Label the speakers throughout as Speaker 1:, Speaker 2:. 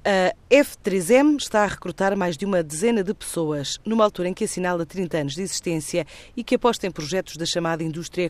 Speaker 1: A F3M está a recrutar mais de uma dezena de pessoas, numa altura em que assinala 30 anos de existência e que aposta em projetos da chamada Indústria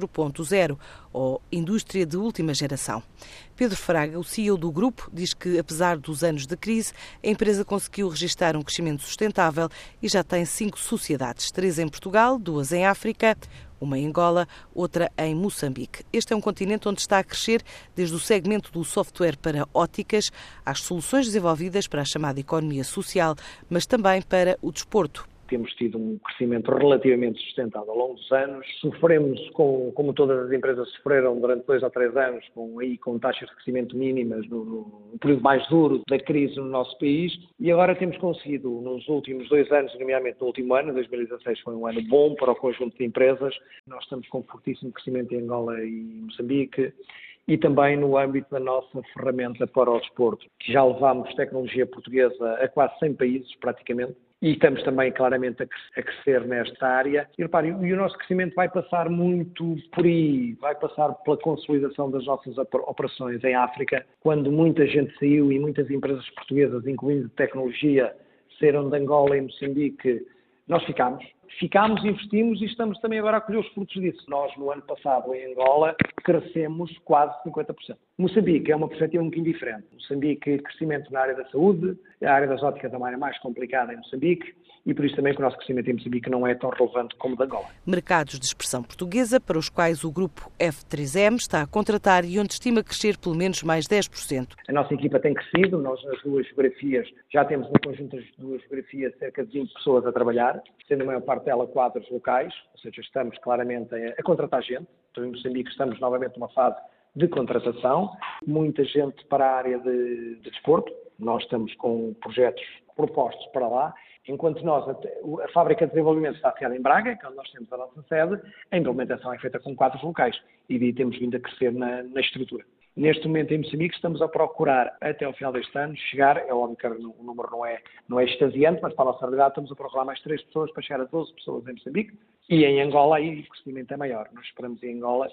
Speaker 1: 4.0, ou Indústria de Última Geração. Pedro Fraga, o CEO do grupo, diz que, apesar dos anos de crise, a empresa conseguiu registrar um crescimento sustentável e já tem 5 sociedades, 3 em Portugal, 2 em África, uma em Angola, outra em Moçambique. Este é um continente onde está a crescer desde o segmento do software para óticas às soluções desenvolvidas para a chamada economia social, mas também para o desporto.
Speaker 2: Temos tido um crescimento relativamente sustentável ao longo dos anos. Sofremos, como todas as empresas sofreram durante 2 ou 3 anos, com taxas de crescimento mínimas no período mais duro da crise no nosso país, e agora temos conseguido, nos últimos 2 anos, nomeadamente no último ano, 2016 foi um ano bom para o conjunto de empresas. Nós estamos com fortíssimo crescimento em Angola e Moçambique, e também no âmbito da nossa ferramenta para o desporto, que já levámos tecnologia portuguesa a quase 100 países, praticamente, e estamos também claramente a crescer nesta área. E reparem, o nosso crescimento vai passar muito por aí, vai passar pela consolidação das nossas operações em África, quando muita gente saiu e muitas empresas portuguesas, incluindo tecnologia, saíram de Angola e Moçambique. Nós ficámos, investimos e estamos também agora a colher os frutos disso. Nós, no ano passado, em Angola, crescemos quase 50%. Moçambique é uma perspectiva um bocadinho diferente. Moçambique, crescimento na área da saúde, a área das óticas é uma área mais complicada em Moçambique, e por isso também que o nosso crescimento em Moçambique não é tão relevante como o de Angola.
Speaker 1: Mercados de expressão portuguesa para os quais o grupo F3M está a contratar e onde estima crescer pelo menos mais 10%.
Speaker 2: A nossa equipa tem crescido, nós nas 2 geografias já temos no conjunto das 2 geografias cerca de 20 pessoas a trabalhar, sendo a maior parte dela quadros locais, ou seja, estamos claramente a contratar gente. Então, em Moçambique estamos novamente numa fase de contratação, muita gente para a área de desporto, nós estamos com projetos propostos para lá, enquanto nós, a fábrica de desenvolvimento está sediada em Braga, que é onde nós temos a nossa sede, a implementação é feita com quadros locais e temos vindo a crescer na estrutura. Neste momento, em Moçambique, estamos a procurar, até ao final deste ano, chegar, é óbvio que o número não é extasiante, mas para a nossa realidade estamos a procurar mais 3 pessoas para chegar a 12 pessoas em Moçambique, e em Angola aí o crescimento é maior. Nós esperamos em Angola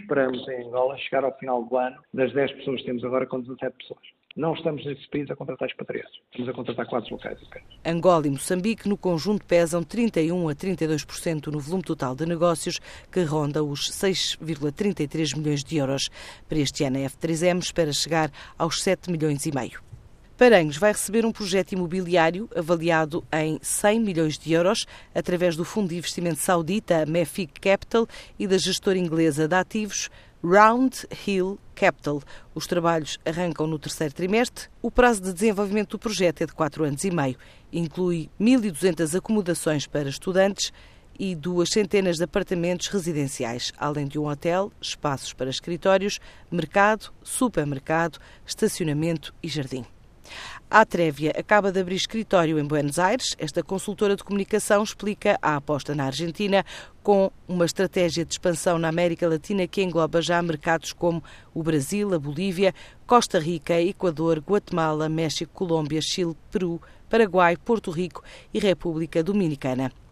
Speaker 2: chegar ao final do ano, das 10 pessoas que temos agora, com 17 pessoas. Não estamos nesse país a contratar expatriados, estamos a contratar quadros locais apenas.
Speaker 1: Angola e Moçambique, no conjunto, pesam 31% a 32% no volume total de negócios, que ronda os 6,33 milhões de euros. Para este ano, a F3M espera chegar aos 7,5 milhões. Paranhos vai receber um projeto imobiliário avaliado em 100 milhões de euros através do fundo de investimento saudita Mefic Capital e da gestora inglesa de ativos Round Hill Capital. Os trabalhos arrancam no 3º trimestre. O prazo de desenvolvimento do projeto é de 4 anos e meio. Inclui 1.200 acomodações para estudantes e 200 de apartamentos residenciais, além de um hotel, espaços para escritórios, mercado, supermercado, estacionamento e jardim. A Atrevia acaba de abrir escritório em Buenos Aires. Esta consultora de comunicação explica a aposta na Argentina com uma estratégia de expansão na América Latina que engloba já mercados como o Brasil, a Bolívia, Costa Rica, Equador, Guatemala, México, Colômbia, Chile, Peru, Paraguai, Porto Rico e República Dominicana.